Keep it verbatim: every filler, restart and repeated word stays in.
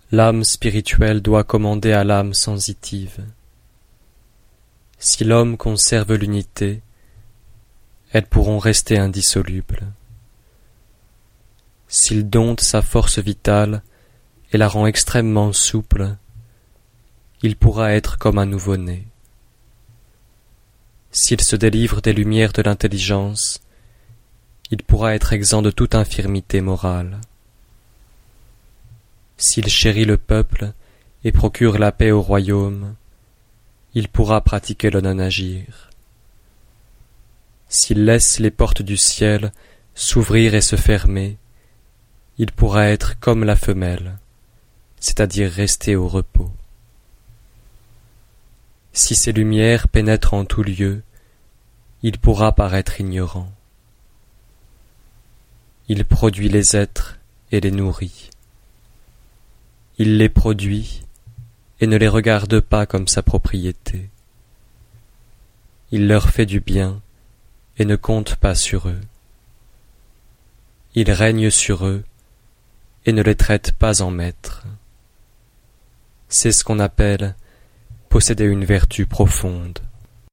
L'âme spirituelle doit commander à l'âme sensitive. Si l'homme conserve l'unité, elles pourront rester indissolubles. S'il dompte sa force vitale et la rend extrêmement souple, il pourra être comme un nouveau-né. S'il se délivre des lumières de l'intelligence, il pourra être exempt de toute infirmité morale. S'il chérit le peuple et procure la paix au royaume, il pourra pratiquer le non-agir. S'il laisse les portes du ciel s'ouvrir et se fermer, il pourra être comme la femelle, c'est-à-dire rester au repos. Si ces lumières pénètrent en tout lieu, il pourra paraître ignorant. Il produit les êtres et les nourrit. Il les produit et ne les regarde pas comme sa propriété. Il leur fait du bien et ne compte pas sur eux. Il règne sur eux et ne les traite pas en maîtres. C'est ce qu'on appelle posséder une vertu profonde.